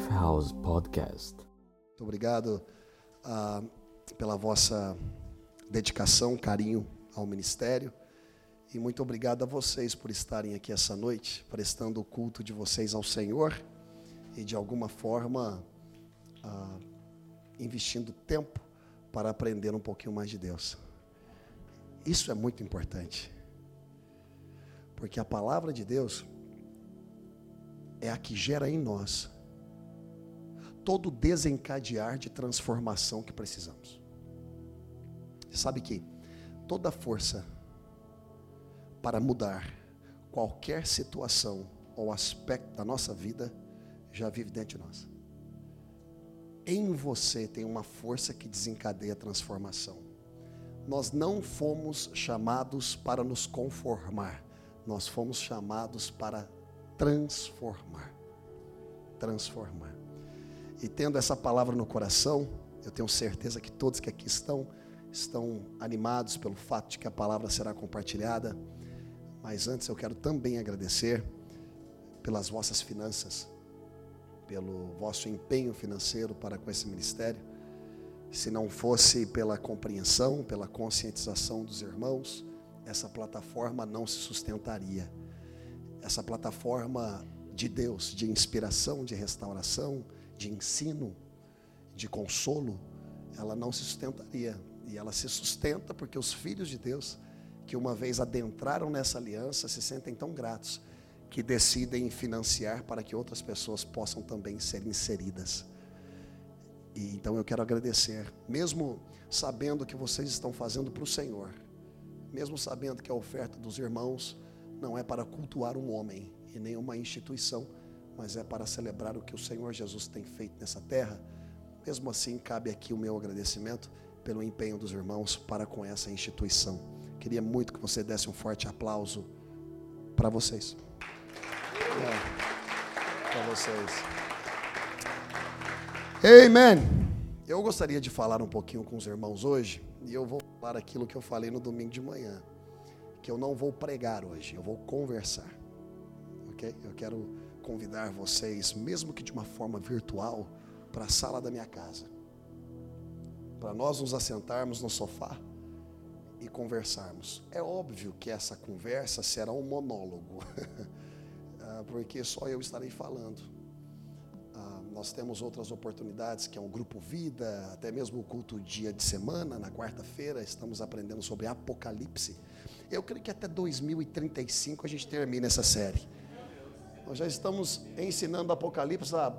Lifehouse Podcast. Muito obrigado pela vossa dedicação, carinho ao ministério. E muito obrigado a vocês por estarem aqui essa noite, prestando o culto de vocês ao Senhor e de alguma forma investindo tempo para aprender um pouquinho mais de Deus. Isso é muito importante, porque a palavra de Deus é a que gera em nós todo o desencadear de transformação que precisamos. Você sabe que toda força para mudar qualquer situação ou aspecto da nossa vida já vive dentro de nós. Em você tem uma força que desencadeia a transformação. Nós não fomos chamados para nos conformar, nós fomos chamados para transformar. Transformar. E tendo essa palavra no coração, eu tenho certeza que todos que aqui estão animados pelo fato de que a palavra será compartilhada. Mas antes eu quero também agradecer pelas vossas finanças, pelo vosso empenho financeiro para com esse ministério. Se não fosse pela compreensão, pela conscientização dos irmãos, essa plataforma não se sustentaria. Essa plataforma de Deus, de inspiração, de restauração, de ensino, de consolo, ela não se sustentaria. E ela se sustenta porque os filhos de Deus, que uma vez adentraram nessa aliança, se sentem tão gratos que decidem financiar para que outras pessoas possam também ser inseridas. E então eu quero agradecer, mesmo sabendo que vocês estão fazendo para o Senhor, mesmo sabendo que a oferta dos irmãos não é para cultuar um homem e nem uma instituição, mas é para celebrar o que o Senhor Jesus tem feito nessa terra. Mesmo assim, cabe aqui o meu agradecimento pelo empenho dos irmãos para com essa instituição. Queria muito que você desse um forte aplauso para vocês. Para vocês. Amém. Eu gostaria de falar um pouquinho com os irmãos hoje, e eu vou falar aquilo que eu falei no domingo de manhã, que eu não vou pregar hoje, eu vou conversar. Ok? Eu quero convidar vocês, mesmo que de uma forma virtual, para a sala da minha casa, para nós nos assentarmos no sofá e conversarmos. É óbvio que essa conversa será um monólogo, porque só eu estarei falando. Nós temos outras oportunidades, que é o Grupo Vida, até mesmo o culto dia de semana, na quarta-feira, estamos aprendendo sobre Apocalipse. Eu creio que até 2035 a gente termina essa série. Nós já estamos ensinando Apocalipse há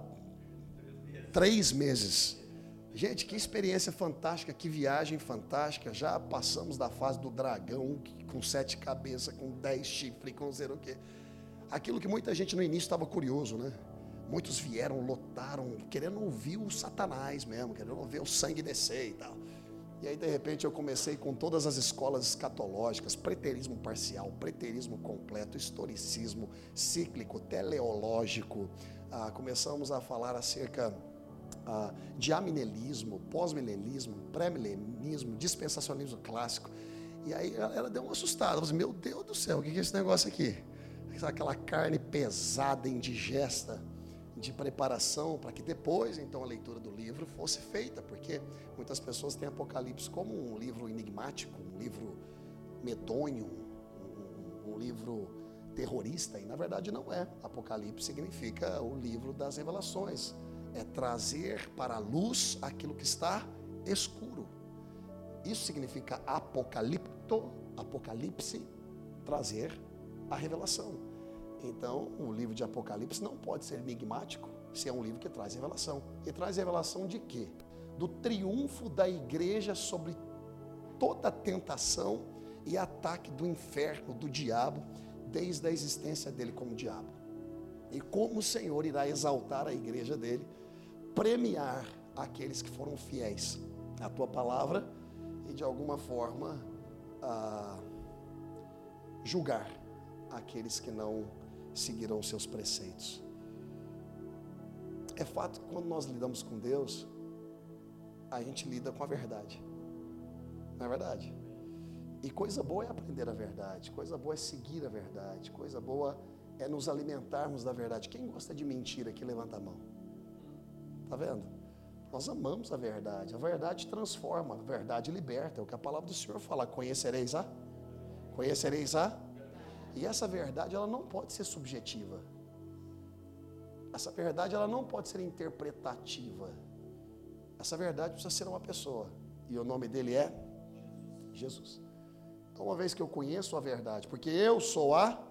3 meses. Gente, que experiência fantástica, que viagem fantástica. Já passamos da fase do dragão com 7 cabeças, com 10 chifres, com não sei o quê. Aquilo que muita gente no início estava curioso, né? Muitos vieram, lotaram, querendo ouvir o Satanás mesmo, querendo ouvir o sangue descer e tal. E aí, de repente, eu comecei com todas as escolas escatológicas, preterismo parcial, preterismo completo, historicismo, cíclico, teleológico. Começamos a falar acerca de amilenismo, pós-milenismo, pré-milenismo, dispensacionalismo clássico. E aí ela deu uma assustada, ela falou assim, meu Deus do céu, o que é esse negócio aqui? Aquela carne pesada, indigesta, de preparação para que depois, então, a leitura do livro fosse feita, porque muitas pessoas têm Apocalipse como um livro enigmático, um livro medonho, um livro terrorista, e na verdade não é. Apocalipse significa o livro das revelações, é trazer para a luz aquilo que está escuro. Isso significa apocalipse, trazer a revelação. Então, o livro de Apocalipse não pode ser enigmático se é um livro que traz revelação. E traz revelação de quê? Do triunfo da igreja sobre toda a tentação e ataque do inferno, do diabo, desde a existência dele como diabo. E como o Senhor irá exaltar a igreja dele, premiar aqueles que foram fiéis à tua palavra e de alguma forma julgar aqueles que não seguirão seus preceitos. É fato que quando nós lidamos com Deus, a gente lida com a verdade. Não é verdade? E coisa boa é aprender a verdade, coisa boa é seguir a verdade, coisa boa é nos alimentarmos da verdade. Quem gosta de mentira aqui, levanta a mão. Está vendo? Nós amamos a verdade transforma, a verdade liberta, é o que a palavra do Senhor fala, conhecereis a? E essa verdade, ela não pode ser subjetiva, essa verdade, ela não pode ser interpretativa, essa verdade precisa ser uma pessoa, e o nome dele é Jesus. Então, uma vez que eu conheço a verdade, porque eu sou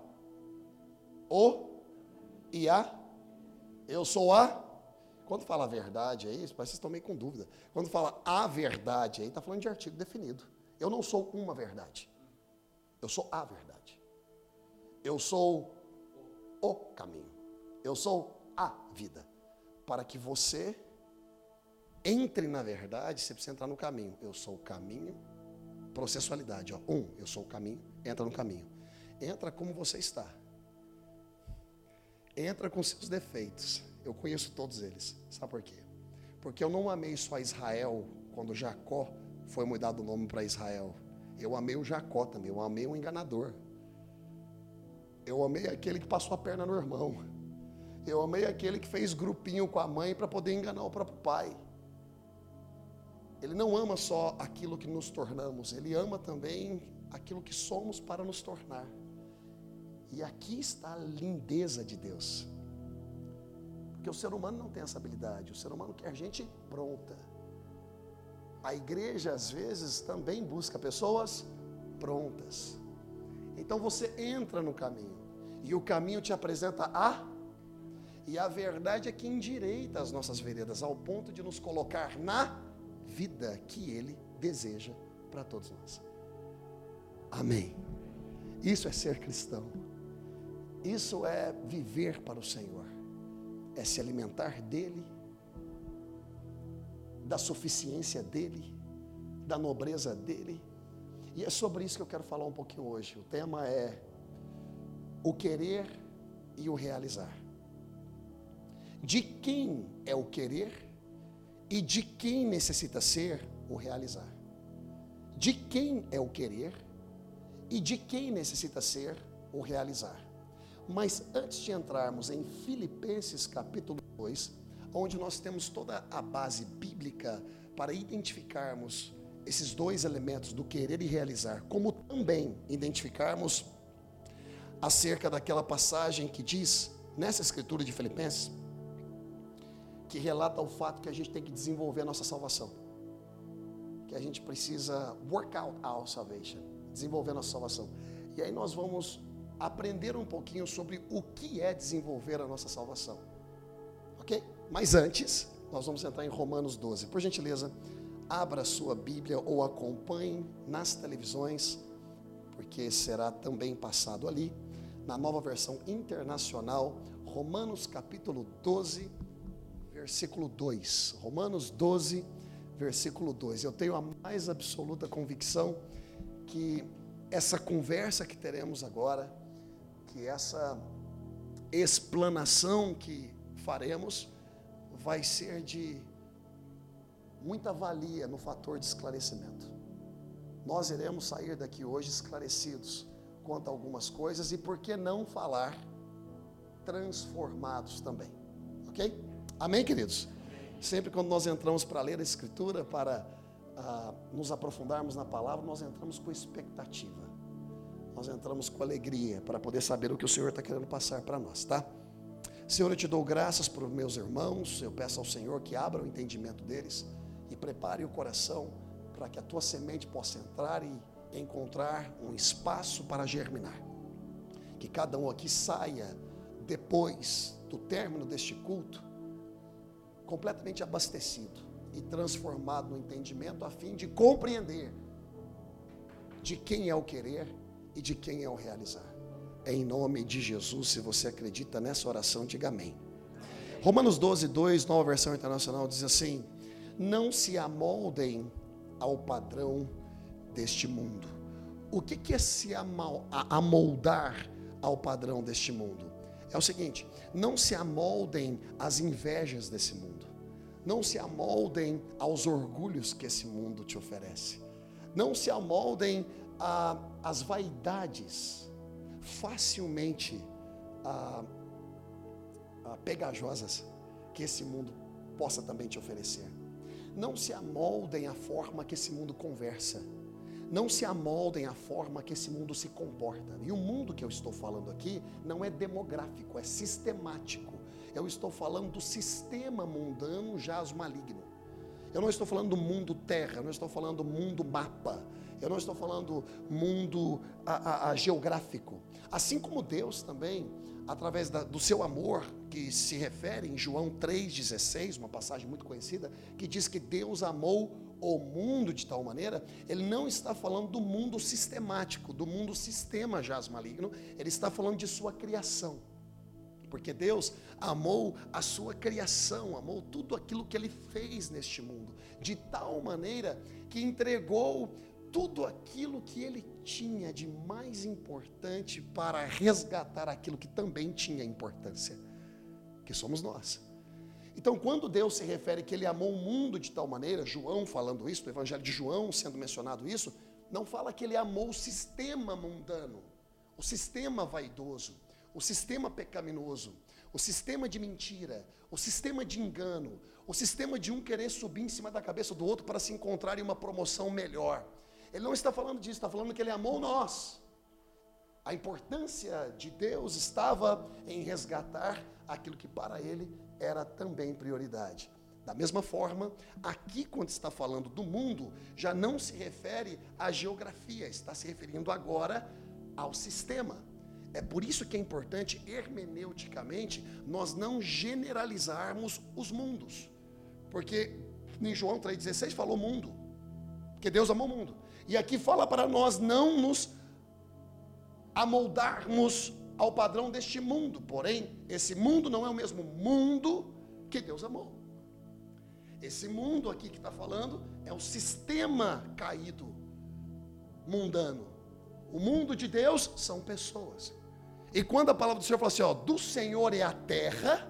eu sou quando fala a verdade aí, parece que vocês estão meio com dúvida. Quando fala a verdade aí, está falando de artigo definido. Eu não sou uma verdade. Eu sou a verdade. Eu sou o caminho. Eu sou a vida. Para que você entre na verdade, você precisa entrar no caminho. Eu sou o caminho, processualidade. Eu sou o caminho, entra no caminho. Entra como você está. Entra com seus defeitos. Eu conheço todos eles. Sabe por quê? Porque eu não amei só Israel quando Jacó foi mudado o nome para Israel. Eu amei o Jacó também. Eu amei o enganador. Eu amei aquele que passou a perna no irmão. Eu amei aquele que fez grupinho com a mãe para poder enganar o próprio pai. Ele não ama só aquilo que nos tornamos. Ele ama também aquilo que somos para nos tornar. E aqui está a lindeza de Deus. Porque o ser humano não tem essa habilidade. O ser humano quer gente pronta. A igreja, às vezes, também busca pessoas prontas. Então você entra no caminho. E o caminho te apresenta E a verdade é que endireita as nossas veredas, ao ponto de nos colocar na vida que Ele deseja para todos nós. Amém. Isso é ser cristão. Isso é viver para o Senhor. É se alimentar dEle, da suficiência dEle, da nobreza dEle. E é sobre isso que eu quero falar um pouquinho hoje. O tema é o querer e o realizar. De quem é o querer e de quem necessita ser o realizar. De quem é o querer e de quem necessita ser o realizar. Mas antes de entrarmos em Filipenses capítulo 2, onde nós temos toda a base bíblica para identificarmos esses dois elementos do querer e realizar, como também identificarmos acerca daquela passagem que diz, nessa escritura de Filipenses, que relata o fato que a gente tem que desenvolver a nossa salvação, que a gente precisa work out our salvation, desenvolver a nossa salvação. E aí nós vamos aprender um pouquinho sobre o que é desenvolver a nossa salvação, ok? Mas antes, nós vamos entrar em Romanos 12. Por gentileza, abra a sua Bíblia ou acompanhe nas televisões, porque será também passado ali, na nova versão internacional, Romanos capítulo 12, versículo 2. Romanos 12, versículo 2. Eu tenho a mais absoluta convicção que essa conversa que teremos agora, que essa explanação que faremos, vai ser de muita valia no fator de esclarecimento. Nós iremos sair daqui hoje esclarecidos quanto a algumas coisas e, por que não falar, transformados também. Ok? Amém, queridos? Sempre quando nós entramos para ler a Escritura, para nos aprofundarmos na palavra, nós entramos com expectativa. Nós entramos com alegria para poder saber o que o Senhor está querendo passar para nós, tá? Senhor, eu te dou graças por meus irmãos. Eu peço ao Senhor que abra o entendimento deles e prepare o coração para que a tua semente possa entrar e encontrar um espaço para germinar. Que cada um aqui saia depois do término deste culto completamente abastecido e transformado no entendimento, a fim de compreender de quem é o querer e de quem é o realizar. Em nome de Jesus, se você acredita nessa oração, diga amém. Romanos 12, 2, nova versão internacional, diz assim: não se amoldem ao padrão deste mundo. O que é se amoldar ao padrão deste mundo? É o seguinte: não se amoldem às invejas desse mundo. Não se amoldem aos orgulhos que esse mundo te oferece. Não se amoldem às vaidades facilmente pegajosas que esse mundo possa também te oferecer. Não se amoldem à forma que esse mundo conversa. Não se amoldem à forma que esse mundo se comporta. E o mundo que eu estou falando aqui não é demográfico, é sistemático. Eu estou falando do sistema mundano jaz maligno. Eu não estou falando do mundo terra, eu não estou falando do mundo mapa. Eu não estou falando mundo geográfico. Assim como Deus também, através do seu amor, que se refere em João 3,16, uma passagem muito conhecida, que diz que Deus amou o mundo de tal maneira, ele não está falando do mundo sistemático, do mundo sistema jaz maligno, ele está falando de sua criação. Porque Deus amou a sua criação, amou tudo aquilo que ele fez neste mundo, de tal maneira que entregou tudo aquilo que ele tinha de mais importante para resgatar aquilo que também tinha importância, que somos nós. Então, quando Deus se refere que ele amou o mundo de tal maneira, João falando isso, o Evangelho de João sendo mencionado isso, não fala que ele amou o sistema mundano, o sistema vaidoso, o sistema pecaminoso, o sistema de mentira, o sistema de engano, o sistema de um querer subir em cima da cabeça do outro para se encontrar em uma promoção melhor. Ele não está falando disso, está falando que ele amou nós. A importância de Deus estava em resgatar aquilo que para ele era também prioridade. Da mesma forma, aqui quando está falando do mundo, já não se refere à geografia, está se referindo agora ao sistema. É por isso que é importante, hermeneuticamente, nós não generalizarmos os mundos. Porque em João 3,16 falou mundo, porque Deus amou o mundo. E aqui fala para nós não nos amoldarmos ao padrão deste mundo. Porém, esse mundo não é o mesmo mundo que Deus amou. Esse mundo aqui que está falando é o sistema caído, mundano. O mundo de Deus são pessoas. E quando a palavra do Senhor fala assim, ó, do Senhor é a terra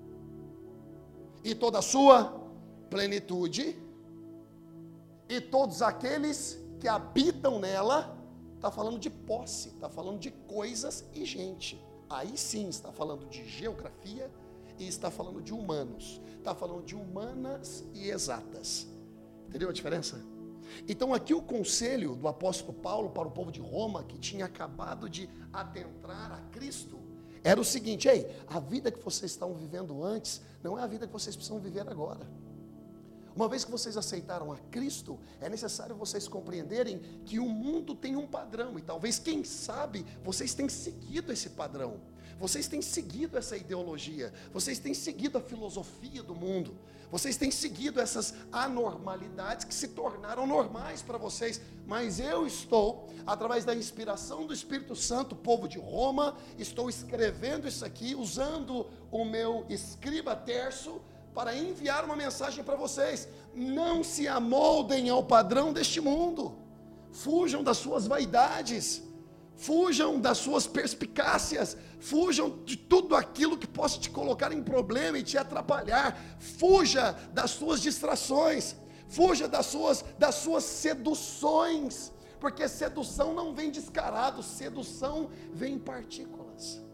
e toda a sua plenitude e todos aqueles que habitam nela, está falando de posse, está falando de coisas e gente. Aí sim está falando de geografia e está falando de humanos, está falando de humanas e exatas. Entendeu a diferença? Então aqui o conselho do apóstolo Paulo para o povo de Roma, que tinha acabado de adentrar a Cristo, era o seguinte: ei, a vida que vocês estavam vivendo antes, não é a vida que vocês precisam viver agora. Uma vez que vocês aceitaram a Cristo, é necessário vocês compreenderem que o mundo tem um padrão, e talvez, quem sabe, vocês têm seguido esse padrão, vocês têm seguido essa ideologia, vocês têm seguido a filosofia do mundo, vocês têm seguido essas anormalidades que se tornaram normais para vocês, mas eu estou, através da inspiração do Espírito Santo, povo de Roma, estou escrevendo isso aqui, usando o meu escriba terço, para enviar uma mensagem para vocês. Não se amoldem ao padrão deste mundo, fujam das suas vaidades, fujam das suas perspicácias, fujam de tudo aquilo que possa te colocar em problema e te atrapalhar, fuja das suas distrações, fuja das suas seduções, porque sedução não vem descarado, sedução vem em partículas.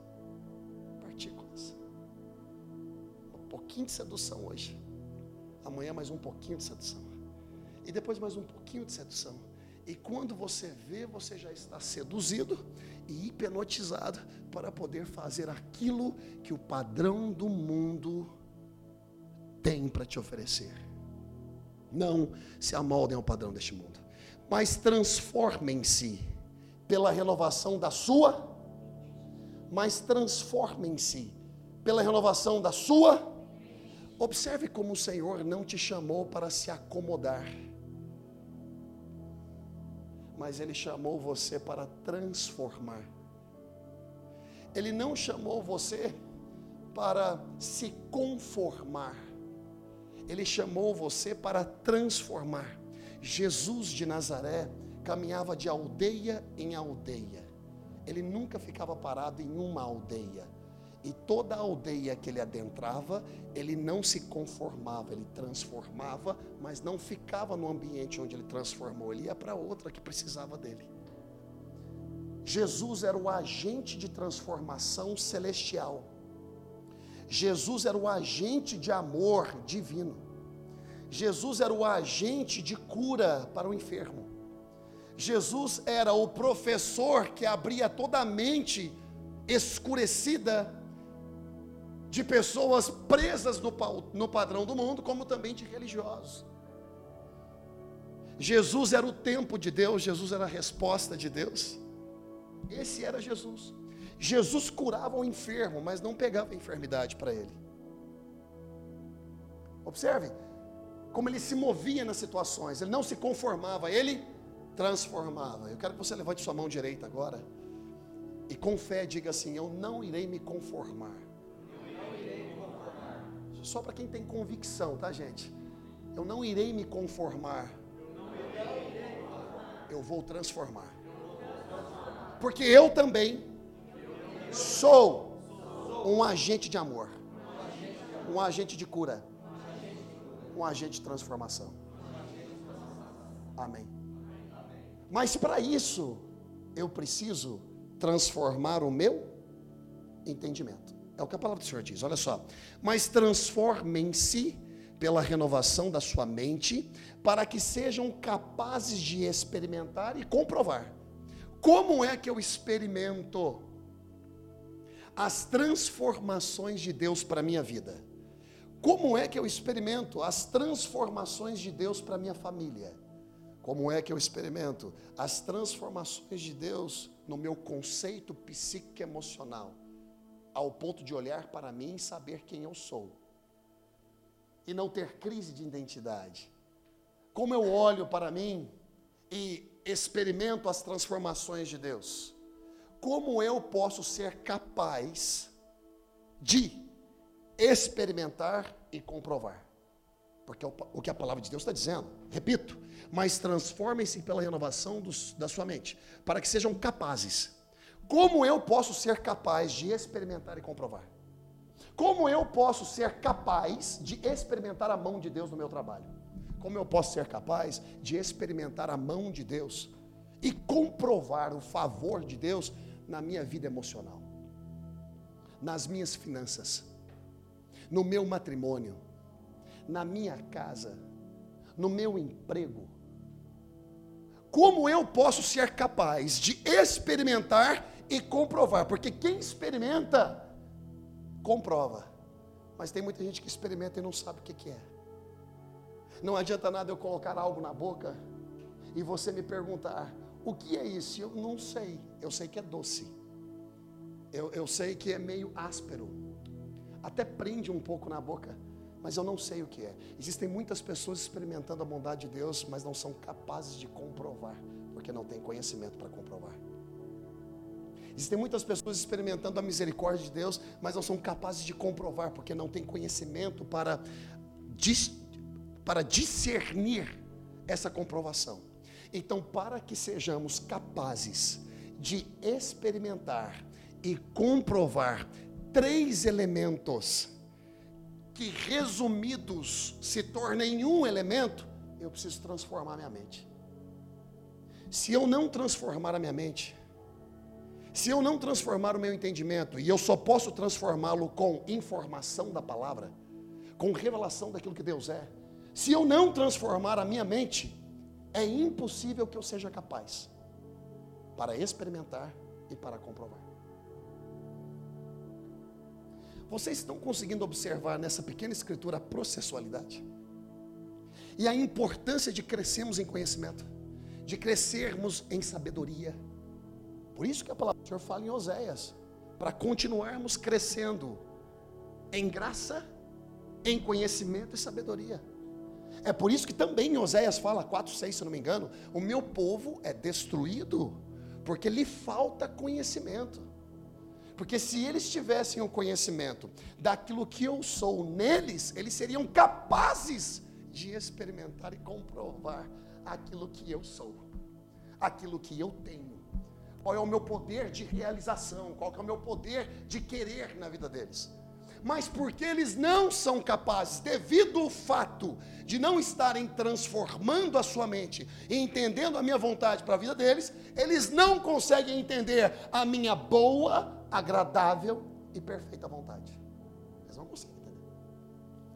Um pouquinho de sedução hoje, amanhã mais um pouquinho de sedução, e depois mais um pouquinho de sedução, e quando você vê, você já está seduzido e hipnotizado para poder fazer aquilo que o padrão do mundo tem para te oferecer. Não se amoldem ao padrão deste mundo, mas transformem-se pela renovação da sua, Observe como o Senhor não te chamou para se acomodar, mas Ele chamou você para transformar. Ele não chamou você para se conformar, Ele chamou você para transformar. Jesus de Nazaré caminhava de aldeia em aldeia, Ele nunca ficava parado em uma aldeia. E toda a aldeia que ele adentrava, ele não se conformava, ele transformava, mas não ficava no ambiente onde ele transformou, ele ia para outra que precisava dele. Jesus era o agente de transformação celestial. Jesus era o agente de amor divino. Jesus era o agente de cura para o enfermo. Jesus era o professor que abria toda a mente escurecida de pessoas presas no padrão do mundo, como também de religiosos. Jesus era o tempo de Deus, Jesus era a resposta de Deus. Esse era Jesus. Jesus curava o enfermo, mas não pegava a enfermidade para ele. Observe como ele se movia nas situações, ele não se conformava, ele transformava. Eu quero que você levante sua mão direita agora e com fé diga assim: eu não irei me conformar. Só para quem tem convicção, tá, gente? Eu não irei me conformar. Eu vou transformar. Porque eu também sou um agente de amor, um agente de cura, um agente de transformação. Amém. Mas para isso, eu preciso transformar o meu entendimento. É o que a palavra do Senhor diz, olha só. Mas transformem-se pela renovação da sua mente, para que sejam capazes de experimentar e comprovar. Como é que eu experimento as transformações de Deus para a minha vida? Como é que eu experimento as transformações de Deus para a minha família? Como é que eu experimento as transformações de Deus no meu conceito psíquico emocional, ao ponto de olhar para mim e saber quem eu sou, e não ter crise de identidade? Como eu olho para mim e experimento as transformações de Deus? Como eu posso ser capaz de experimentar e comprovar? Porque o que a palavra de Deus está dizendo, repito, mas transformem-se pela renovação da sua mente, para que sejam capazes. Como eu posso ser capaz de experimentar e comprovar? Como eu posso ser capaz de experimentar a mão de Deus no meu trabalho? Como eu posso ser capaz de experimentar a mão de Deus e comprovar o favor de Deus na minha vida emocional, nas minhas finanças, no meu matrimônio, na minha casa, no meu emprego? Como eu posso ser capaz de experimentar e comprovar? Porque quem experimenta, comprova. Mas tem muita gente que experimenta e não sabe o que é. Não adianta nada eu colocar algo na boca e você me perguntar: o que é isso? Eu não sei. Eu sei que é doce. Eu sei que é meio áspero. Até prende um pouco na boca, mas eu não sei o que é. Existem muitas pessoas experimentando a bondade de Deus, mas não são capazes de comprovar, porque não têm conhecimento para comprovar. Existem muitas pessoas experimentando a misericórdia de Deus, mas não são capazes de comprovar, porque não têm conhecimento para discernir essa comprovação. Então, para que sejamos capazes de experimentar e comprovar 3 elementos que resumidos se tornem um elemento, eu preciso transformar minha mente. Se eu não transformar a minha mente, se eu não transformar o meu entendimento, e eu só posso transformá-lo com informação da palavra, com revelação daquilo que Deus é, se eu não transformar a minha mente, é impossível que eu seja capaz para experimentar e para comprovar. Vocês estão conseguindo observar nessa pequena escritura a processualidade? E a importância de crescermos em conhecimento, de crescermos em sabedoria. Por isso que a palavra do Senhor fala em Oséias, para continuarmos crescendo em graça, em conhecimento e sabedoria. É por isso que também em Oséias fala, 4:6, se eu não me engano, o meu povo é destruído, porque lhe falta conhecimento. Porque se eles tivessem o conhecimento daquilo que eu sou neles, eles seriam capazes de experimentar e comprovar aquilo que eu sou, aquilo que eu tenho. Qual é o meu poder de realização, qual é o meu poder de querer na vida deles. Mas porque eles não são capazes, devido ao fato de não estarem transformando a sua mente e entendendo a minha vontade para a vida deles, eles não conseguem entender a minha boa, agradável e perfeita vontade. Eles não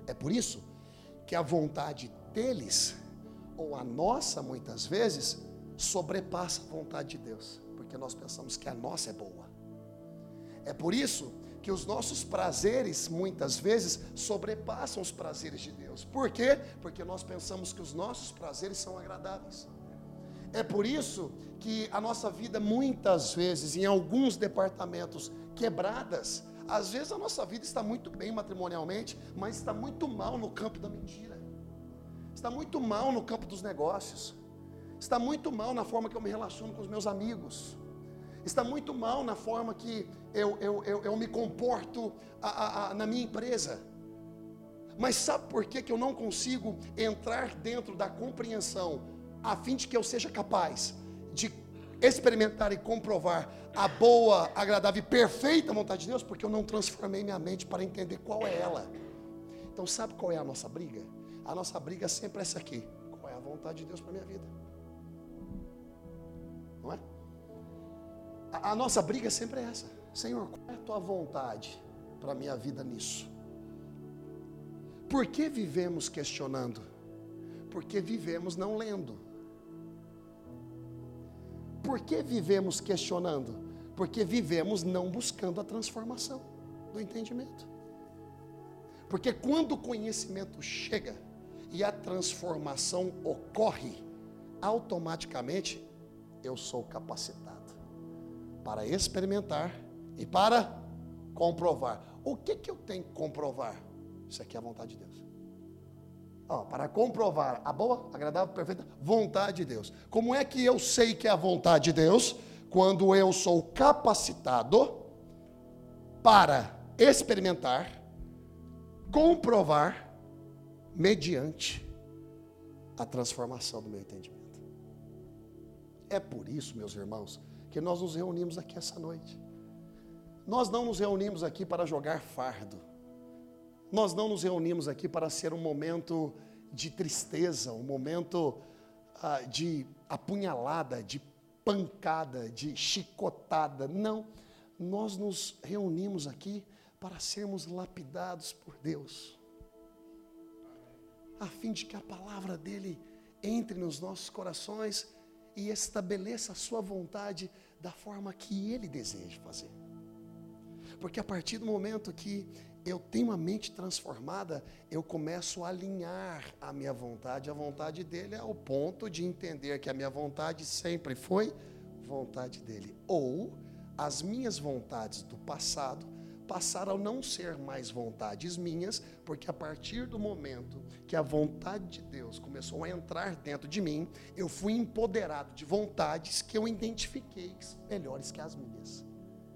É por isso que a vontade deles, ou a nossa muitas vezes, sobrepassa a vontade de Deus, porque nós pensamos que a nossa é boa. É por isso que os nossos prazeres muitas vezes sobrepassam os prazeres de Deus. Por quê? Porque nós pensamos que os nossos prazeres são agradáveis. É por isso que a nossa vida muitas vezes, em alguns departamentos quebradas, às vezes a nossa vida está muito bem matrimonialmente, mas está muito mal no campo da mentira, está muito mal no campo dos negócios, está muito mal na forma que eu me relaciono com os meus amigos, está muito mal na forma que eu me comporto na minha empresa. Mas sabe por que eu não consigo entrar dentro da compreensão, a fim de que eu seja capaz de experimentar e comprovar a boa, agradável e perfeita vontade de Deus? Porque eu não transformei minha mente para entender qual é ela. Então sabe qual é a nossa briga? A nossa briga sempre é essa aqui: qual é a vontade de Deus para a minha vida? Não é? A nossa briga sempre é essa: Senhor, qual é a tua vontade para a minha vida nisso? Por que vivemos questionando? Porque vivemos não lendo. Por que vivemos questionando? Porque vivemos não buscando a transformação do entendimento. Porque quando o conhecimento chega e a transformação ocorre, automaticamente eu sou capacitado para experimentar e para comprovar. O que eu tenho que comprovar? Isso aqui é a vontade de Deus. Para comprovar a boa, agradável, perfeita vontade de Deus. Como é que eu sei que é a vontade de Deus? Quando eu sou capacitado para experimentar, comprovar, mediante a transformação do meu entendimento. É por isso, meus irmãos, que nós nos reunimos aqui essa noite. Nós não nos reunimos aqui para jogar fardo. Nós não nos reunimos aqui para ser um momento de tristeza, um momento de apunhalada, de pancada, de chicotada. Não, nós nos reunimos aqui para sermos lapidados por Deus, a fim de que a palavra dele entre nos nossos corações e estabeleça a sua vontade da forma que ele deseja fazer. Porque a partir do momento que eu tenho a mente transformada, eu começo a alinhar a minha vontade, a vontade dele, ao ponto de entender que a minha vontade sempre foi vontade dele. Ou as minhas vontades do passado passaram a não ser mais vontades minhas, porque a partir do momento que a vontade de Deus começou a entrar dentro de mim, eu fui empoderado de vontades que eu identifiquei melhores que as minhas.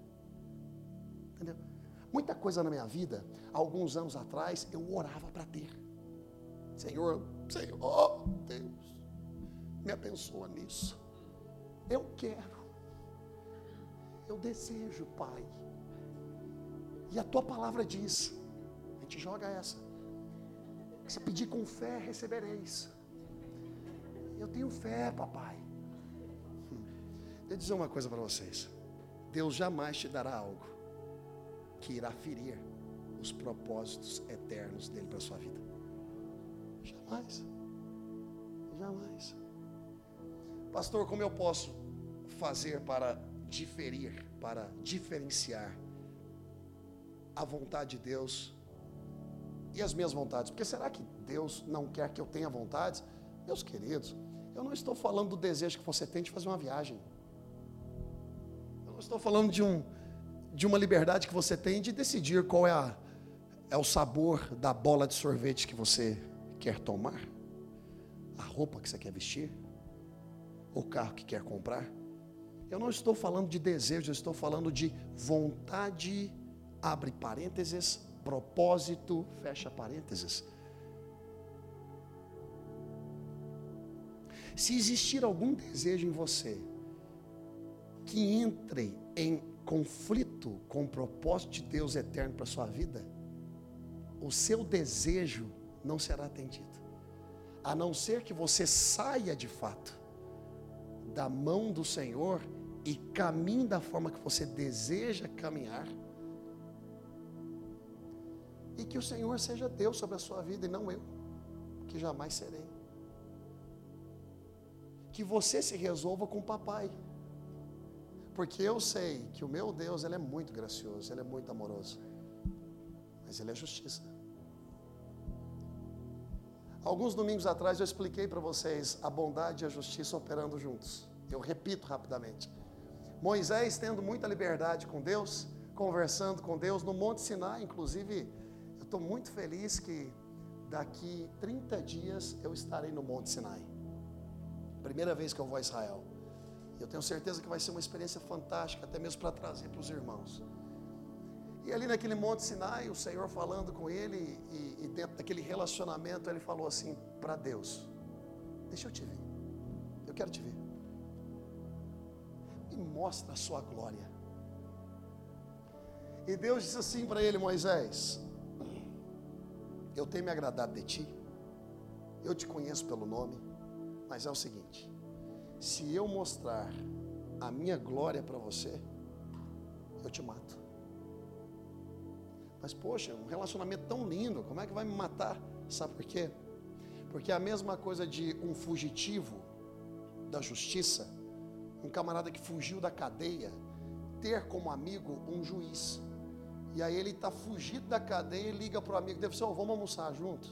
Entendeu? Muita coisa na minha vida, alguns anos atrás, eu orava para ter. Senhor, Deus, me abençoa nisso. Eu quero, eu desejo, Pai. E a tua palavra diz, a gente joga essa: se pedir com fé, recebereis. Eu tenho fé, papai. Deixa eu dizer uma coisa para vocês: Deus jamais te dará algo que irá ferir os propósitos eternos dele para a sua vida. Jamais. Jamais. Pastor, como eu posso fazer para diferir, para diferenciar a vontade de Deus e as minhas vontades? Porque será que Deus não quer que eu tenha vontades? Meus queridos, eu não estou falando do desejo que você tem de fazer uma viagem. Eu não estou falando de uma liberdade que você tem de decidir qual é o sabor da bola de sorvete que você quer tomar, a roupa que você quer vestir, o carro que quer comprar. Eu não estou falando de desejo, eu estou falando de vontade, abre parênteses, propósito, fecha parênteses. Se existir algum desejo em você que entre em conflito com o propósito de Deus eterno para a sua vida, o seu desejo não será atendido, a não ser que você saia de fato da mão do Senhor e caminhe da forma que você deseja caminhar. E que o Senhor seja Deus sobre a sua vida e não eu, que jamais serei. Que você se resolva com o papai. Porque eu sei que o meu Deus, Ele é muito gracioso, Ele é muito amoroso. Mas Ele é justiça. Alguns domingos atrás eu expliquei para vocês a bondade e a justiça operando juntos. Eu repito rapidamente. Moisés tendo muita liberdade com Deus, conversando com Deus no Monte Sinai. Inclusive, eu estou muito feliz que daqui 30 dias eu estarei no Monte Sinai. Primeira vez que eu vou a Israel. Eu tenho certeza que vai ser uma experiência fantástica, até mesmo para trazer para os irmãos. E ali naquele Monte Sinai, o Senhor falando com ele, e dentro daquele relacionamento, ele falou assim para Deus: deixa eu te ver, eu quero te ver, me mostra a sua glória. E Deus disse assim para ele: Moisés, eu tenho me agradado de ti, eu te conheço pelo nome, mas é o seguinte, se eu mostrar a minha glória para você, eu te mato. Mas poxa, um relacionamento tão lindo, como é que vai me matar? Sabe por quê? Porque é a mesma coisa de um fugitivo da justiça, um camarada que fugiu da cadeia, ter como amigo um juiz. E aí ele está fugido da cadeia e liga para o amigo dele e fala: vamos almoçar junto.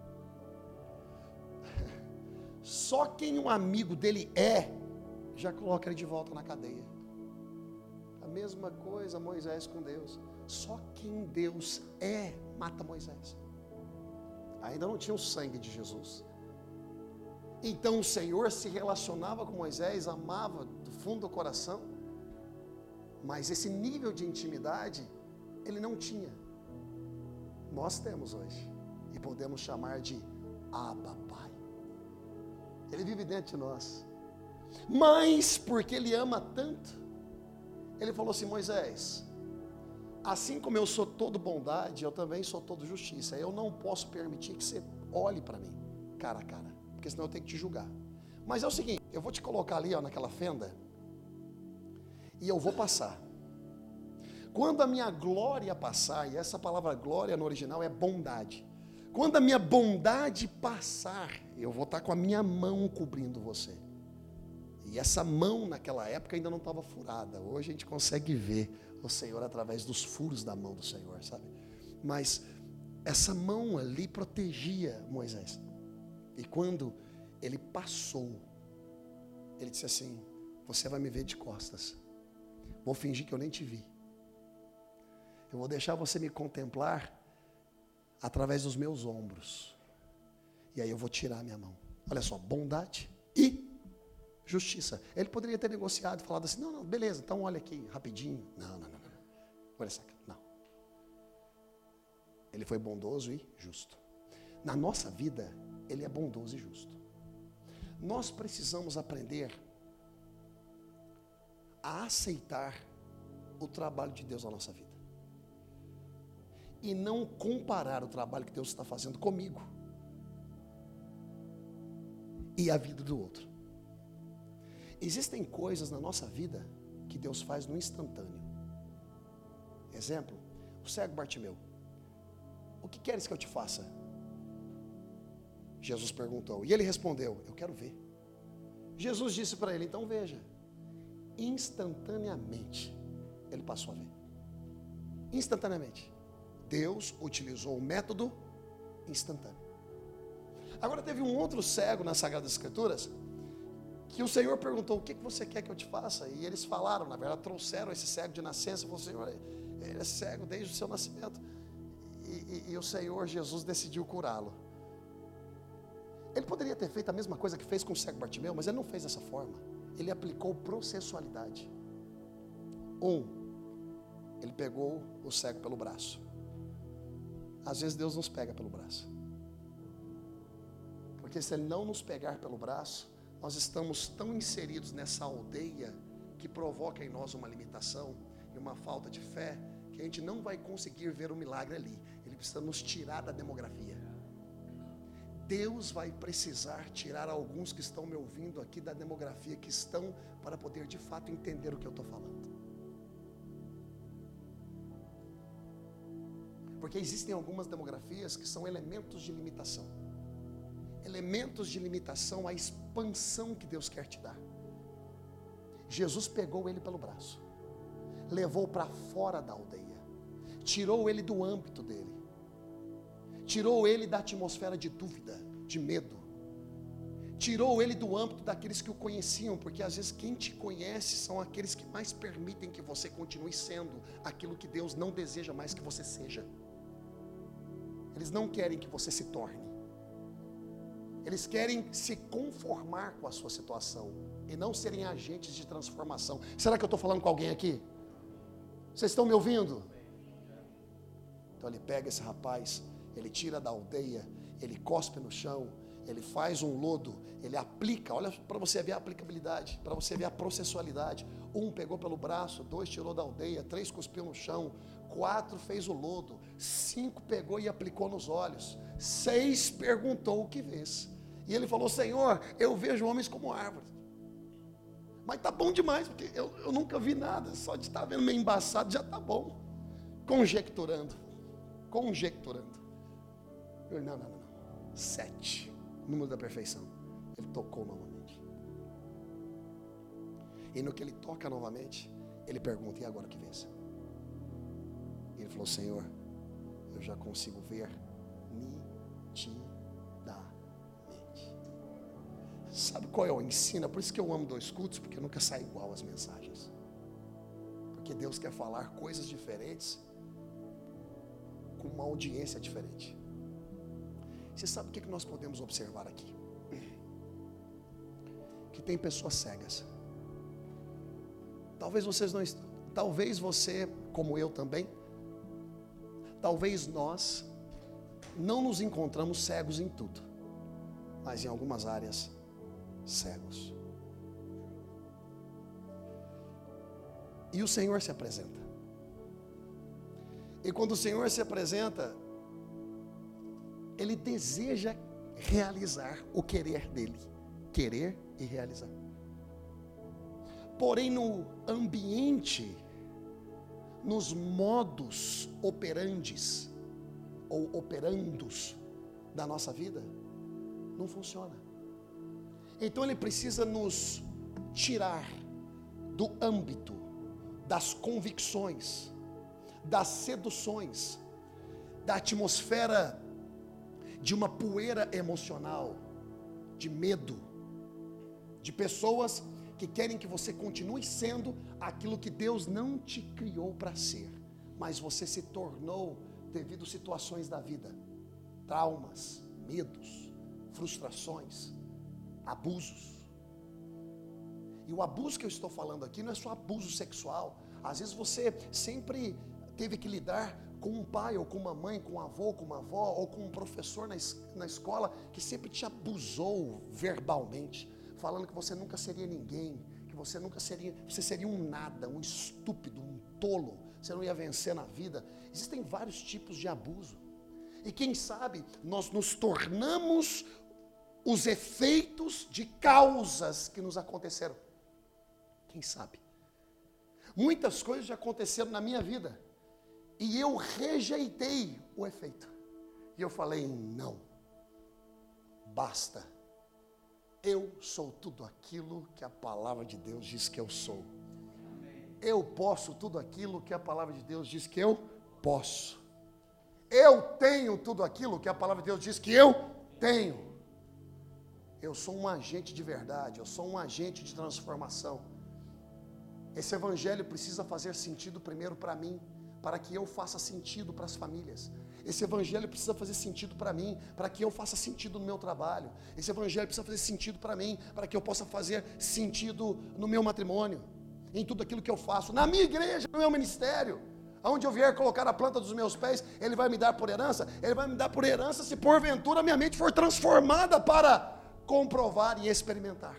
Só quem um amigo dele já coloca ele de volta na cadeia. A mesma coisa Moisés com Deus. Só quem Deus mata Moisés. Ainda não tinha o sangue de Jesus. Então o Senhor se relacionava com Moisés, amava do fundo do coração, mas esse nível de intimidade ele não tinha. Nós temos hoje e podemos chamar de Abba, Pai. Ele vive dentro de nós. Mas porque Ele ama tanto, Ele falou assim: Moisés, assim como eu sou todo bondade, eu também sou todo justiça. Eu não posso permitir que você olhe para mim, cara a cara, porque senão eu tenho que te julgar. Mas é o seguinte, eu vou te colocar ali, naquela fenda, e eu vou passar. Quando a minha glória passar, e essa palavra glória no original é bondade. Quando a minha bondade passar, eu vou estar com a minha mão cobrindo você. E essa mão naquela época ainda não estava furada. Hoje a gente consegue ver o Senhor através dos furos da mão do Senhor, sabe? Mas essa mão ali protegia Moisés. E quando ele passou, ele disse assim: você vai me ver de costas. Vou fingir que eu nem te vi. Eu vou deixar você me contemplar através dos meus ombros. E aí eu vou tirar a minha mão. Olha só, bondade e justiça. Ele poderia ter negociado e falado assim: não, beleza, então olha aqui, rapidinho. Não. Olha essa cara. Não. Ele foi bondoso e justo. Na nossa vida, Ele é bondoso e justo. Nós precisamos aprender a aceitar o trabalho de Deus na nossa vida. E não comparar o trabalho que Deus está fazendo comigo e a vida do outro. Existem coisas na nossa vida que Deus faz no instantâneo. Exemplo, o cego Bartimeu: o que queres que eu te faça? Jesus perguntou, e ele respondeu: eu quero ver. Jesus disse para ele: então veja. Instantaneamente ele passou a ver. Instantaneamente. Deus utilizou o método instantâneo. Agora teve um outro cego nas Sagradas Escrituras que o Senhor perguntou: o que você quer que eu te faça? E eles falaram, na verdade trouxeram esse cego de nascença. Falou: Senhor, ele é cego desde o seu nascimento. E o Senhor Jesus decidiu curá-lo. Ele poderia ter feito a mesma coisa que fez com o cego Bartimeu, mas ele não fez dessa forma. Ele aplicou processualidade. Ele pegou o cego pelo braço. Às vezes Deus nos pega pelo braço. Porque se Ele não nos pegar pelo braço, nós estamos tão inseridos nessa aldeia que provoca em nós uma limitação e uma falta de fé, que a gente não vai conseguir ver o milagre ali. Ele precisa nos tirar da demografia. Deus vai precisar tirar alguns que estão me ouvindo aqui da demografia, que estão para poder de fato entender o que eu estou falando. Porque existem algumas demografias que são elementos de limitação. Elementos de limitação à expansão que Deus quer te dar. Jesus pegou ele pelo braço, levou para fora da aldeia, tirou ele do âmbito dele, tirou ele da atmosfera de dúvida, de medo, tirou ele do âmbito daqueles que o conheciam, porque às vezes quem te conhece são aqueles que mais permitem que você continue sendo aquilo que Deus não deseja mais que você seja. Eles não querem que você se torne, eles querem se conformar com a sua situação e não serem agentes de transformação. Será que eu estou falando com alguém aqui? Vocês estão me ouvindo? Então ele pega esse rapaz, ele tira da aldeia, ele cospe no chão, ele faz um lodo, ele aplica, olha para você ver a aplicabilidade, para você ver a processualidade. 1 pegou pelo braço, 2 tirou da aldeia, 3 cuspiu no chão, 4 fez o lodo, 5 pegou e aplicou nos olhos, 6 perguntou o que vês. E ele falou: Senhor, eu vejo homens como árvores. Mas tá bom demais, porque eu nunca vi nada, só de estar vendo meio embaçado já tá bom. Conjecturando. Eu, não. 7, número da perfeição. Ele tocou novamente. E no que ele toca novamente, ele pergunta: e agora o que vês? E ele falou: Senhor, eu já consigo ver nitidamente. Sabe qual é o ensino? Por isso que eu amo 2 cultos, porque nunca sai igual as mensagens. Porque Deus quer falar coisas diferentes com uma audiência diferente. Você sabe o que nós podemos observar aqui? Que tem pessoas cegas. Talvez vocês não, talvez você, como eu também, talvez nós não nos encontramos cegos em tudo, mas em algumas áreas cegos. E o Senhor se apresenta. E quando o Senhor se apresenta, Ele deseja realizar o querer dele. Querer e realizar. Porém, no ambiente, nos modus operandes ou operandos da nossa vida, não funciona. Então Ele precisa nos tirar do âmbito das convicções, das seduções, da atmosfera de uma poeira emocional, de medo, de pessoas que querem que você continue sendo aquilo que Deus não te criou para ser, mas você se tornou devido a situações da vida, traumas, medos, frustrações, abusos. E o abuso que eu estou falando aqui não é só abuso sexual. Às vezes você sempre teve que lidar com um pai, ou com uma mãe, com um avô, com uma avó, ou com um professor na escola, que sempre te abusou verbalmente, falando que você nunca seria ninguém, que você nunca seria, você seria um nada, um estúpido, um tolo, você não ia vencer na vida. Existem vários tipos de abuso. E quem sabe nós nos tornamos os efeitos de causas que nos aconteceram. Quem sabe? Muitas coisas já aconteceram na minha vida e eu rejeitei o efeito. E eu falei: não, basta. Eu sou tudo aquilo que a palavra de Deus diz que eu sou. Eu posso tudo aquilo que a palavra de Deus diz que eu posso. Eu tenho tudo aquilo que a palavra de Deus diz que eu tenho. Eu sou um agente de verdade, eu sou um agente de transformação. Esse evangelho precisa fazer sentido primeiro para mim, para que eu faça sentido para as famílias. Esse evangelho precisa fazer sentido para mim, para que eu faça sentido no meu trabalho. Esse evangelho precisa fazer sentido para mim, para que eu possa fazer sentido no meu matrimônio, em tudo aquilo que eu faço, na minha igreja, no meu ministério. Aonde eu vier colocar a planta dos meus pés, Ele vai me dar por herança. Ele vai me dar por herança se porventura a minha mente for transformada para comprovar e experimentar.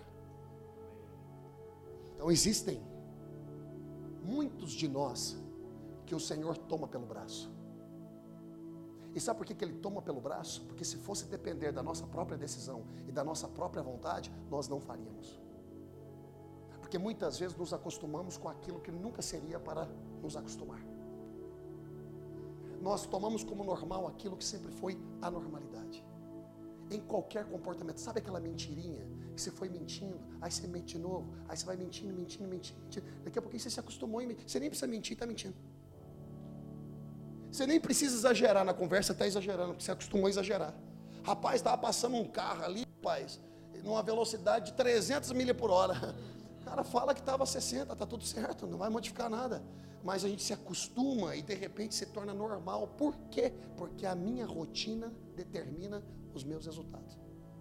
Então existem muitos de nós que o Senhor toma pelo braço. E sabe por que Ele toma pelo braço? Porque se fosse depender da nossa própria decisão e da nossa própria vontade, nós não faríamos. Porque muitas vezes nos acostumamos com aquilo que nunca seria para nos acostumar. nós tomamos como normal aquilo que sempre foi a normalidade. Em qualquer comportamento. Sabe aquela mentirinha que você foi mentindo, aí você mente de novo, aí você vai mentindo. Daqui a pouquinho você se acostumou em mentir. Você nem precisa mentir, está mentindo. Você nem precisa exagerar na conversa, está exagerando, porque você acostumou a exagerar. Rapaz, estava passando um carro ali, rapaz, numa velocidade de 300 milhas por hora. O cara fala que estava 60, está tudo certo, não vai modificar nada. Mas a gente se acostuma e de repente se torna normal. Por quê? Porque a minha rotina determina os meus resultados.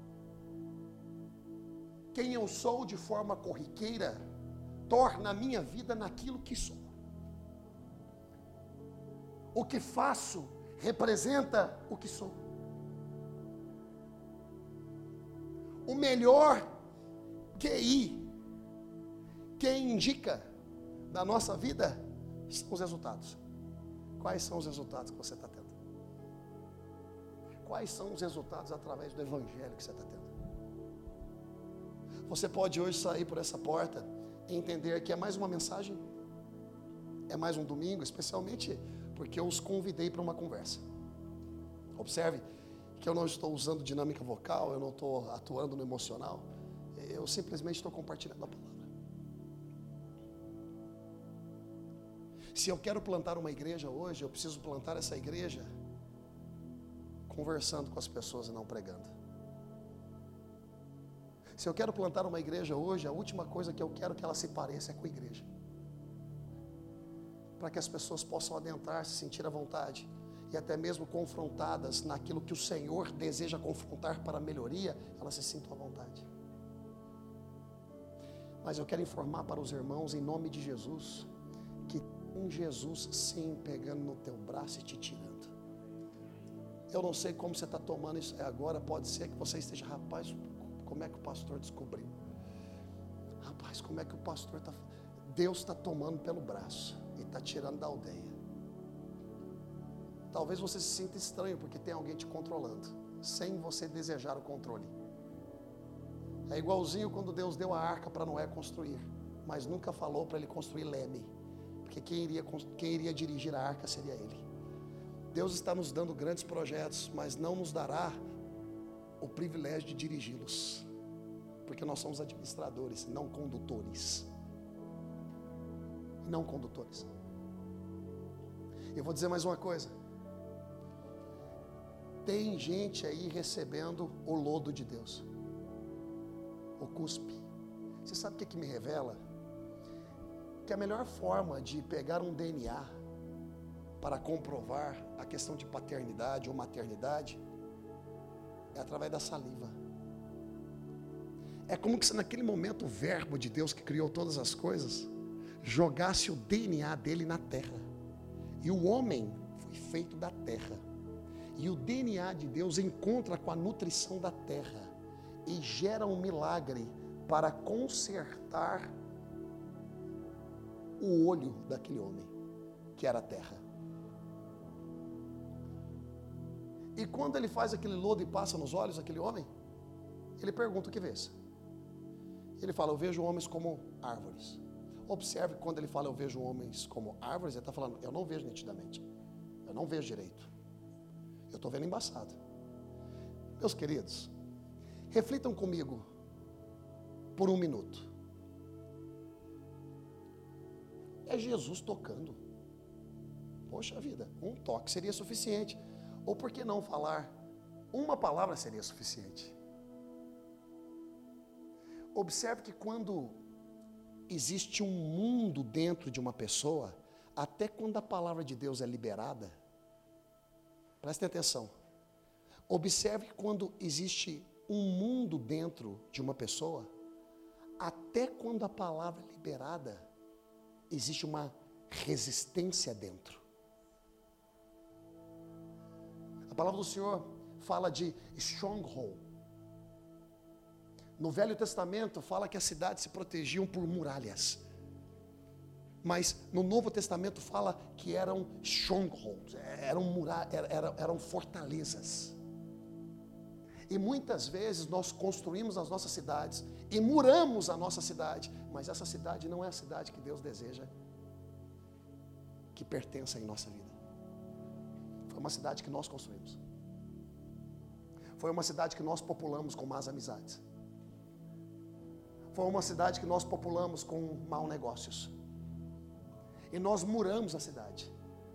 Quem eu sou de forma corriqueira torna a minha vida naquilo que sou. O que faço representa o que sou. O melhor QI, quem indica na nossa vida, são os resultados. Quais são os resultados que você está tendo? Quais são os resultados através do evangelho que você está tendo? Você pode hoje sair por essa porta e entender que é mais uma mensagem, é mais um domingo, especialmente porque eu os convidei para uma conversa. Observe que eu não estou usando dinâmica vocal, eu não estou atuando no emocional, eu simplesmente estou compartilhando a palavra. Se eu quero plantar uma igreja hoje, eu preciso plantar essa igreja conversando com as pessoas e não pregando. Se eu quero plantar uma igreja hoje, a última coisa que eu quero que ela se pareça é com a igreja. Para que as pessoas possam adentrar, se sentir à vontade e até mesmo confrontadas naquilo que o Senhor deseja confrontar para a melhoria, elas se sintam à vontade. Mas eu quero informar para os irmãos, em nome de Jesus, que tem Jesus sim pegando no teu braço e te tirando. Eu não sei como você está tomando isso agora, pode ser que você esteja, rapaz, como é que o pastor descobriu? Rapaz, como é que o pastor está... Deus está tomando pelo braço e está tirando da aldeia. Talvez você se sinta estranho porque tem alguém te controlando, sem você desejar o controle. É igualzinho quando Deus deu a arca para Noé construir, mas nunca falou para ele construir leme, porque quem iria dirigir a arca seria ele. Deus está nos dando grandes projetos, mas não nos dará o privilégio de dirigi-los, porque nós somos administradores, não condutores. Não condutores. Eu vou dizer mais uma coisa. Tem gente aí recebendo o lodo de Deus, o cuspe. Você sabe o que me revela? Que a melhor forma de pegar um DNA para comprovar a questão de paternidade ou maternidade é através da saliva. É como que se naquele momento o verbo de Deus que criou todas as coisas jogasse o DNA dele na terra. E o homem foi feito da terra. E o DNA de Deus encontra com a nutrição da terra e gera um milagre para consertar o olho daquele homem, que era a terra. E quando ele faz aquele lodo e passa nos olhos daquele homem, ele pergunta o que vês. Ele fala, eu vejo homens como árvores. Observe que quando ele fala, eu vejo homens como árvores, ele está falando, eu não vejo nitidamente. Eu não vejo direito. Eu estou vendo embaçado. Meus queridos, reflitam comigo por um minuto. É Jesus tocando. Poxa vida, um toque seria suficiente. Ou por que não falar? Uma palavra seria suficiente. Observe que quando existe um mundo dentro de uma pessoa, até quando a palavra de Deus é liberada, prestem atenção. Observe que quando existe um mundo dentro de uma pessoa, até quando a palavra é liberada, existe uma resistência dentro. A palavra do Senhor fala de stronghold. No Velho Testamento fala que as cidades se protegiam por muralhas. Mas no Novo Testamento fala que eram strongholds, eram fortalezas. E muitas vezes nós construímos as nossas cidades e muramos a nossa cidade, mas essa cidade não é a cidade que Deus deseja que pertença em nossa vida. uma cidade que nós construímos. Foi uma cidade que nós populamos com más amizades. Foi uma cidade que nós populamos com maus negócios. E nós muramos a cidade.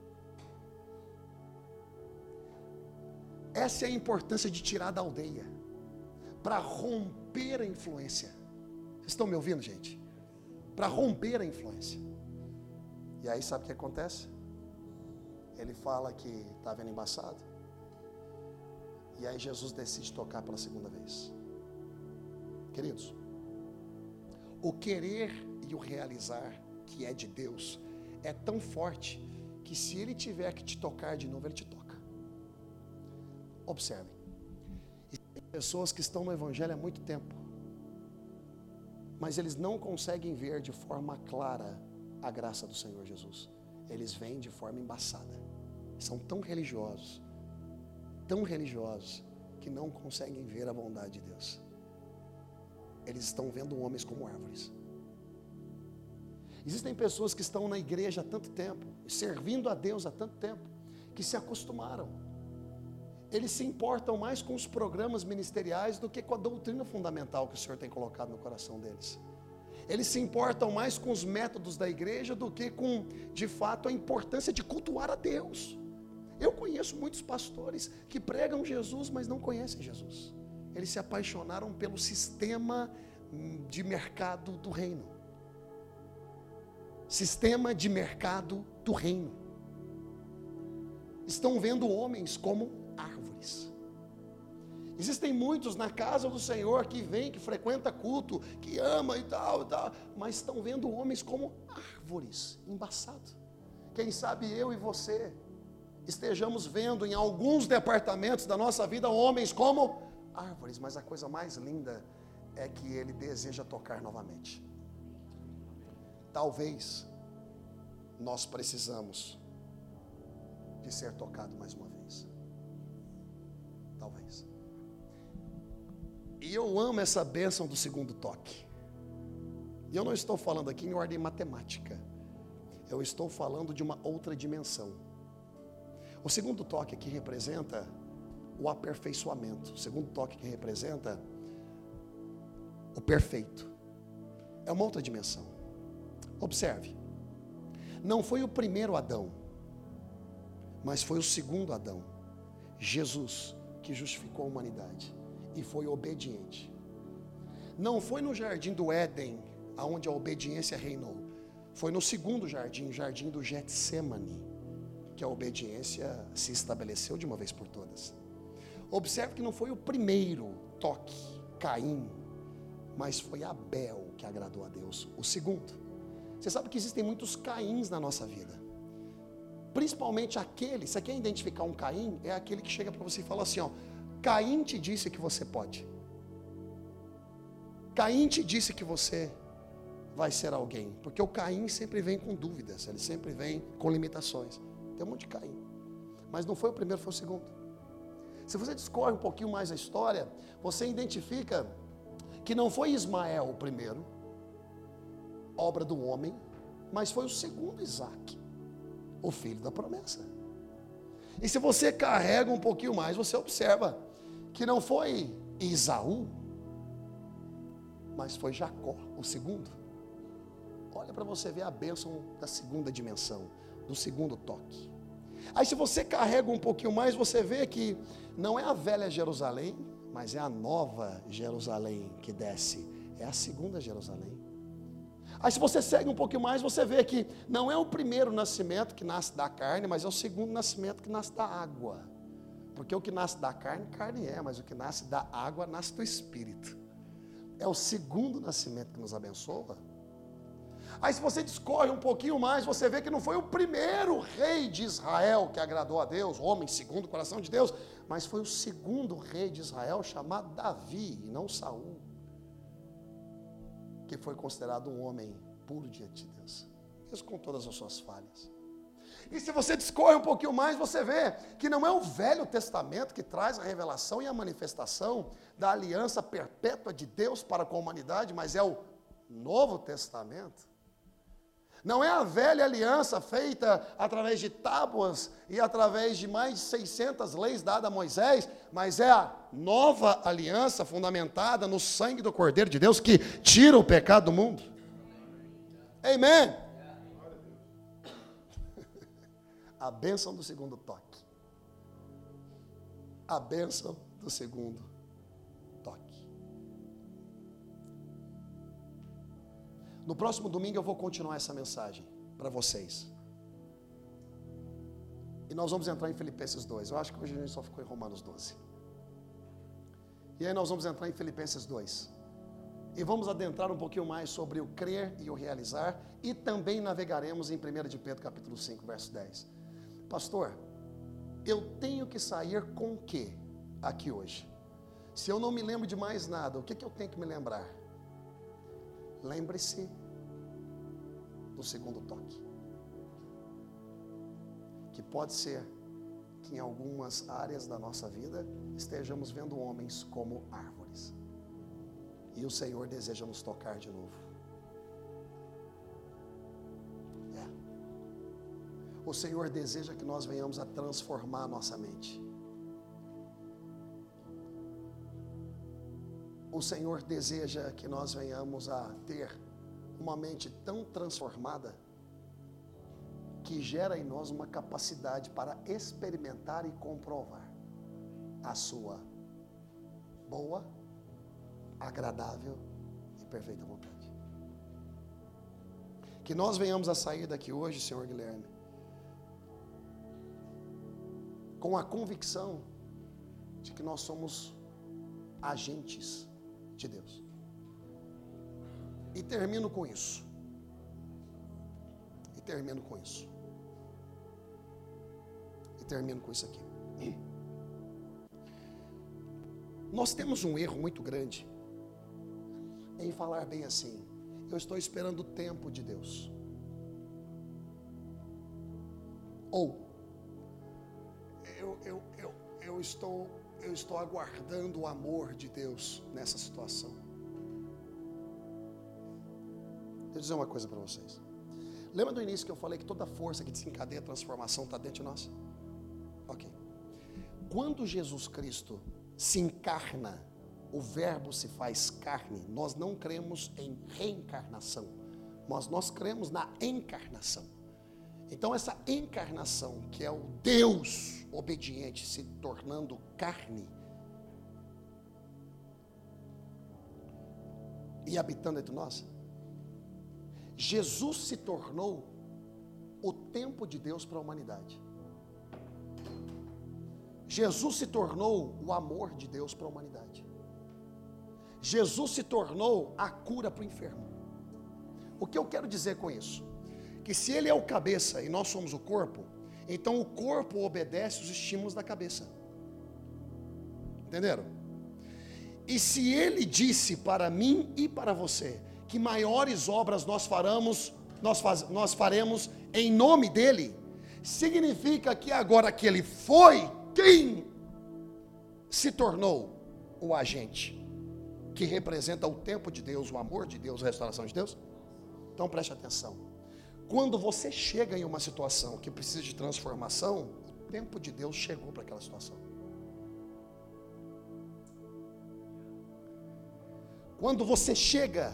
Essa é a importância de tirar da aldeia, para romper a influência. Vocês estão me ouvindo, gente? Para romper a influência. E aí sabe o que acontece? Ele fala que está vendo embaçado. E aí Jesus decide tocar pela segunda vez. Queridos, o querer e o realizar que é de Deus é tão forte que se Ele tiver que te tocar de novo, Ele te toca. Observem. Tem pessoas que estão no Evangelho há muito tempo, mas eles não conseguem ver de forma clara a graça do Senhor Jesus. Eles veem de forma embaçada. São tão religiosos, que não conseguem ver a bondade de Deus. Eles estão vendo homens como árvores. Existem pessoas que estão na igreja há tanto tempo, servindo a Deus há tanto tempo, que se acostumaram. Eles se importam mais com os programas ministeriais do que com a doutrina fundamental que o Senhor tem colocado no coração deles. Eles se importam mais com os métodos da igreja do que com, de fato, a importância de cultuar a Deus. Eu conheço muitos pastores que pregam Jesus, mas não conhecem Jesus. Eles se apaixonaram pelo sistema de mercado do reino. Sistema de mercado do reino. Estão vendo homens como árvores. Existem muitos na casa do Senhor que vêm, que frequenta culto, que ama e tal, mas estão vendo homens como árvores, embaçado. Quem sabe eu e você estejamos vendo em alguns departamentos da nossa vida homens como árvores, mas a coisa mais linda é que Ele deseja tocar novamente. Talvez nós precisamos de ser tocado mais uma vez. Talvez. E eu amo essa bênção do segundo toque. E eu não estou falando aqui em ordem matemática. Eu estou falando de uma outra dimensão. O segundo toque aqui representa o aperfeiçoamento. O segundo toque que representa o perfeito. É uma outra dimensão. Observe. Não foi o primeiro Adão, mas foi o segundo Adão, Jesus, que justificou a humanidade e foi obediente. Não foi no jardim do Éden, onde a obediência reinou. Foi no segundo jardim, o jardim do Getsêmani, que a obediência se estabeleceu de uma vez por todas. Observe que não foi o primeiro toque, Caim, mas foi Abel que agradou a Deus, o segundo. Você sabe que existem muitos Caíns na nossa vida. Principalmente aquele, você quer identificar um Caim? É aquele que chega para você e fala assim, ó, Caim te disse que você pode. Caim te disse que você vai ser alguém. Porque o Caim sempre vem com dúvidas, ele sempre vem com limitações. Tem um monte de Caim. Mas não foi o primeiro, foi o segundo. Se você discorre um pouquinho mais a história, você identifica que não foi Ismael o primeiro, obra do homem, mas foi o segundo Isaac, o filho da promessa. E se você carrega um pouquinho mais, você observa que não foi Esaú, mas foi Jacó, o segundo. Olha para você ver a bênção da segunda dimensão, do segundo toque. Aí se você carrega um pouquinho mais, você vê que não é a velha Jerusalém, mas é a nova Jerusalém que desce, é a segunda Jerusalém. Aí se você segue um pouquinho mais, você vê que não é o primeiro nascimento que nasce da carne, mas é o segundo nascimento que nasce da água. Porque o que nasce da carne, carne é, mas o que nasce da água, nasce do Espírito. É o segundo nascimento que nos abençoa. Aí se você discorre um pouquinho mais, você vê que não foi o primeiro rei de Israel que agradou a Deus, homem segundo o coração de Deus, mas foi o segundo rei de Israel chamado Davi, e não Saul, que foi considerado um homem puro diante de Deus, mesmo com todas as suas falhas. E se você discorre um pouquinho mais, você vê que não é o Velho Testamento que traz a revelação e a manifestação da aliança perpétua de Deus para com a humanidade, mas é o Novo Testamento. Não é a velha aliança feita através de tábuas e através de mais de 600 leis dadas a Moisés, mas é a nova aliança fundamentada no sangue do Cordeiro de Deus que tira o pecado do mundo. Amém. A bênção do segundo toque. A bênção do segundo toque. No próximo domingo eu vou continuar essa mensagem para vocês. E nós vamos entrar em Filipenses 2. Eu acho que hoje a gente só ficou em Romanos 12. E aí nós vamos entrar em Filipenses 2. E vamos adentrar um pouquinho mais sobre o crer e o realizar. E também navegaremos em 1 de Pedro capítulo 5, verso 10. Pastor, eu tenho que sair com o quê aqui hoje? Se eu não me lembro de mais nada, o que eu tenho que me lembrar? Lembre-se do segundo toque. Que pode ser que em algumas áreas da nossa vida estejamos vendo homens como árvores. E o Senhor deseja nos tocar de novo. O Senhor deseja que nós venhamos a transformar a nossa mente. O Senhor deseja que nós venhamos a ter uma mente tão transformada que gera em nós uma capacidade para experimentar e comprovar a sua boa, agradável e perfeita vontade. Que nós venhamos a sair daqui hoje, Senhor Guilherme, com a convicção de que nós somos agentes de Deus. E termino com isso. E termino com isso aqui. Nós temos um erro muito grande em falar bem assim: eu estou esperando o tempo de Deus. Ou eu estou aguardando o amor de Deus nessa situação. Deixa eu dizer uma coisa para vocês. Lembra do início que eu falei que toda força que desencadeia a transformação está dentro de nós? Ok. Quando Jesus Cristo se encarna, o verbo se faz carne, nós não cremos em reencarnação, mas nós cremos na encarnação. Então essa encarnação, que é o Deus obediente se tornando carne e habitando entre nós, Jesus se tornou o tempo de Deus para a humanidade. Jesus se tornou o amor de Deus para a humanidade. Jesus se tornou a cura para o enfermo. O que eu quero dizer com isso? Que se ele é o cabeça e nós somos o corpo, então o corpo obedece os estímulos da cabeça. Entenderam? E se ele disse para mim e para você que maiores obras nós faremos em nome dele, significa que agora que ele foi quem se tornou o agente que representa o tempo de Deus, o amor de Deus, a restauração de Deus. Então preste atenção. Quando você chega em uma situação que precisa de transformação, o tempo de Deus chegou para aquela situação. Quando você chega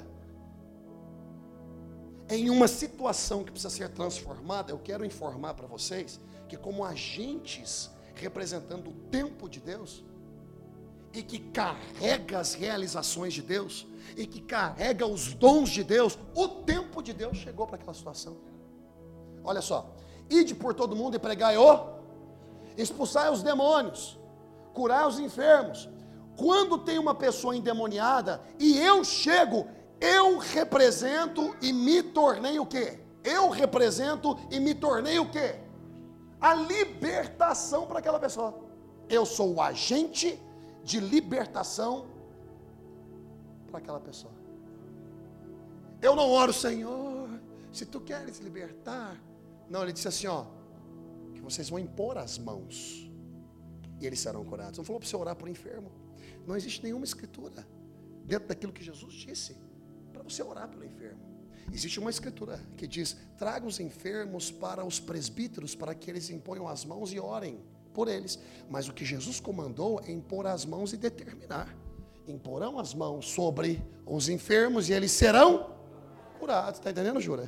em uma situação que precisa ser transformada, eu quero informar para vocês que, como agentes representando o tempo de Deus, e que carrega as realizações de Deus, e que carrega os dons de Deus, o tempo de Deus chegou para aquela situação. Olha só: ide por todo mundo e pregai expulsai os demônios, curai os enfermos. Quando tem uma pessoa endemoniada e eu chego, eu represento e me tornei o quê? Eu represento e me tornei o quê? A libertação para aquela pessoa. Eu sou o agente de libertação para aquela pessoa. Eu não oro, Senhor, se tu queres libertar. Não, ele disse assim, que vocês vão impor as mãos e eles serão curados. Não falou para você orar por enfermo. Não existe nenhuma escritura dentro daquilo que Jesus disse para você orar pelo enfermo. Existe uma escritura que diz: traga os enfermos para os presbíteros, para que eles imponham as mãos e orem por eles. Mas o que Jesus comandou é impor as mãos e determinar. Imporão as mãos sobre os enfermos e eles serão curados. Está entendendo, Jura?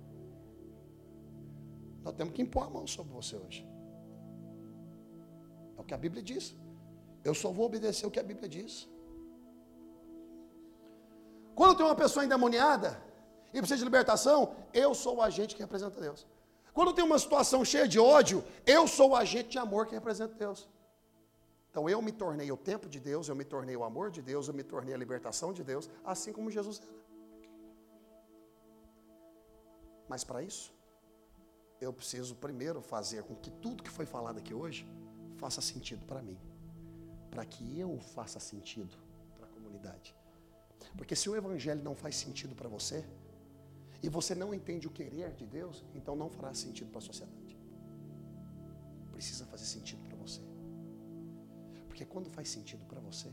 Nós temos que impor a mão sobre você hoje. É o que a Bíblia diz. Eu só vou obedecer o que a Bíblia diz. Quando tem uma pessoa endemoniada e precisa de libertação, eu sou o agente que representa Deus. Quando tem uma situação cheia de ódio, eu sou o agente de amor que representa Deus. Então eu me tornei o templo de Deus, eu me tornei o amor de Deus, eu me tornei a libertação de Deus, assim como Jesus era. Mas para isso, eu preciso primeiro fazer com que tudo que foi falado aqui hoje faça sentido para mim. Para que eu faça sentido para a comunidade. Porque se o evangelho não faz sentido para você, e você não entende o querer de Deus, então não fará sentido para a sociedade. Precisa fazer sentido para você. Porque quando faz sentido para você,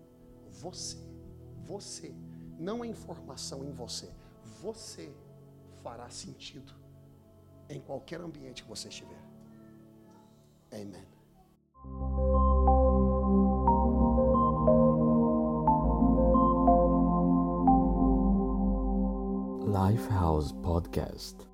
você, não é informação em você fará sentido em qualquer ambiente que você estiver. Amém. Lifehouse Podcast.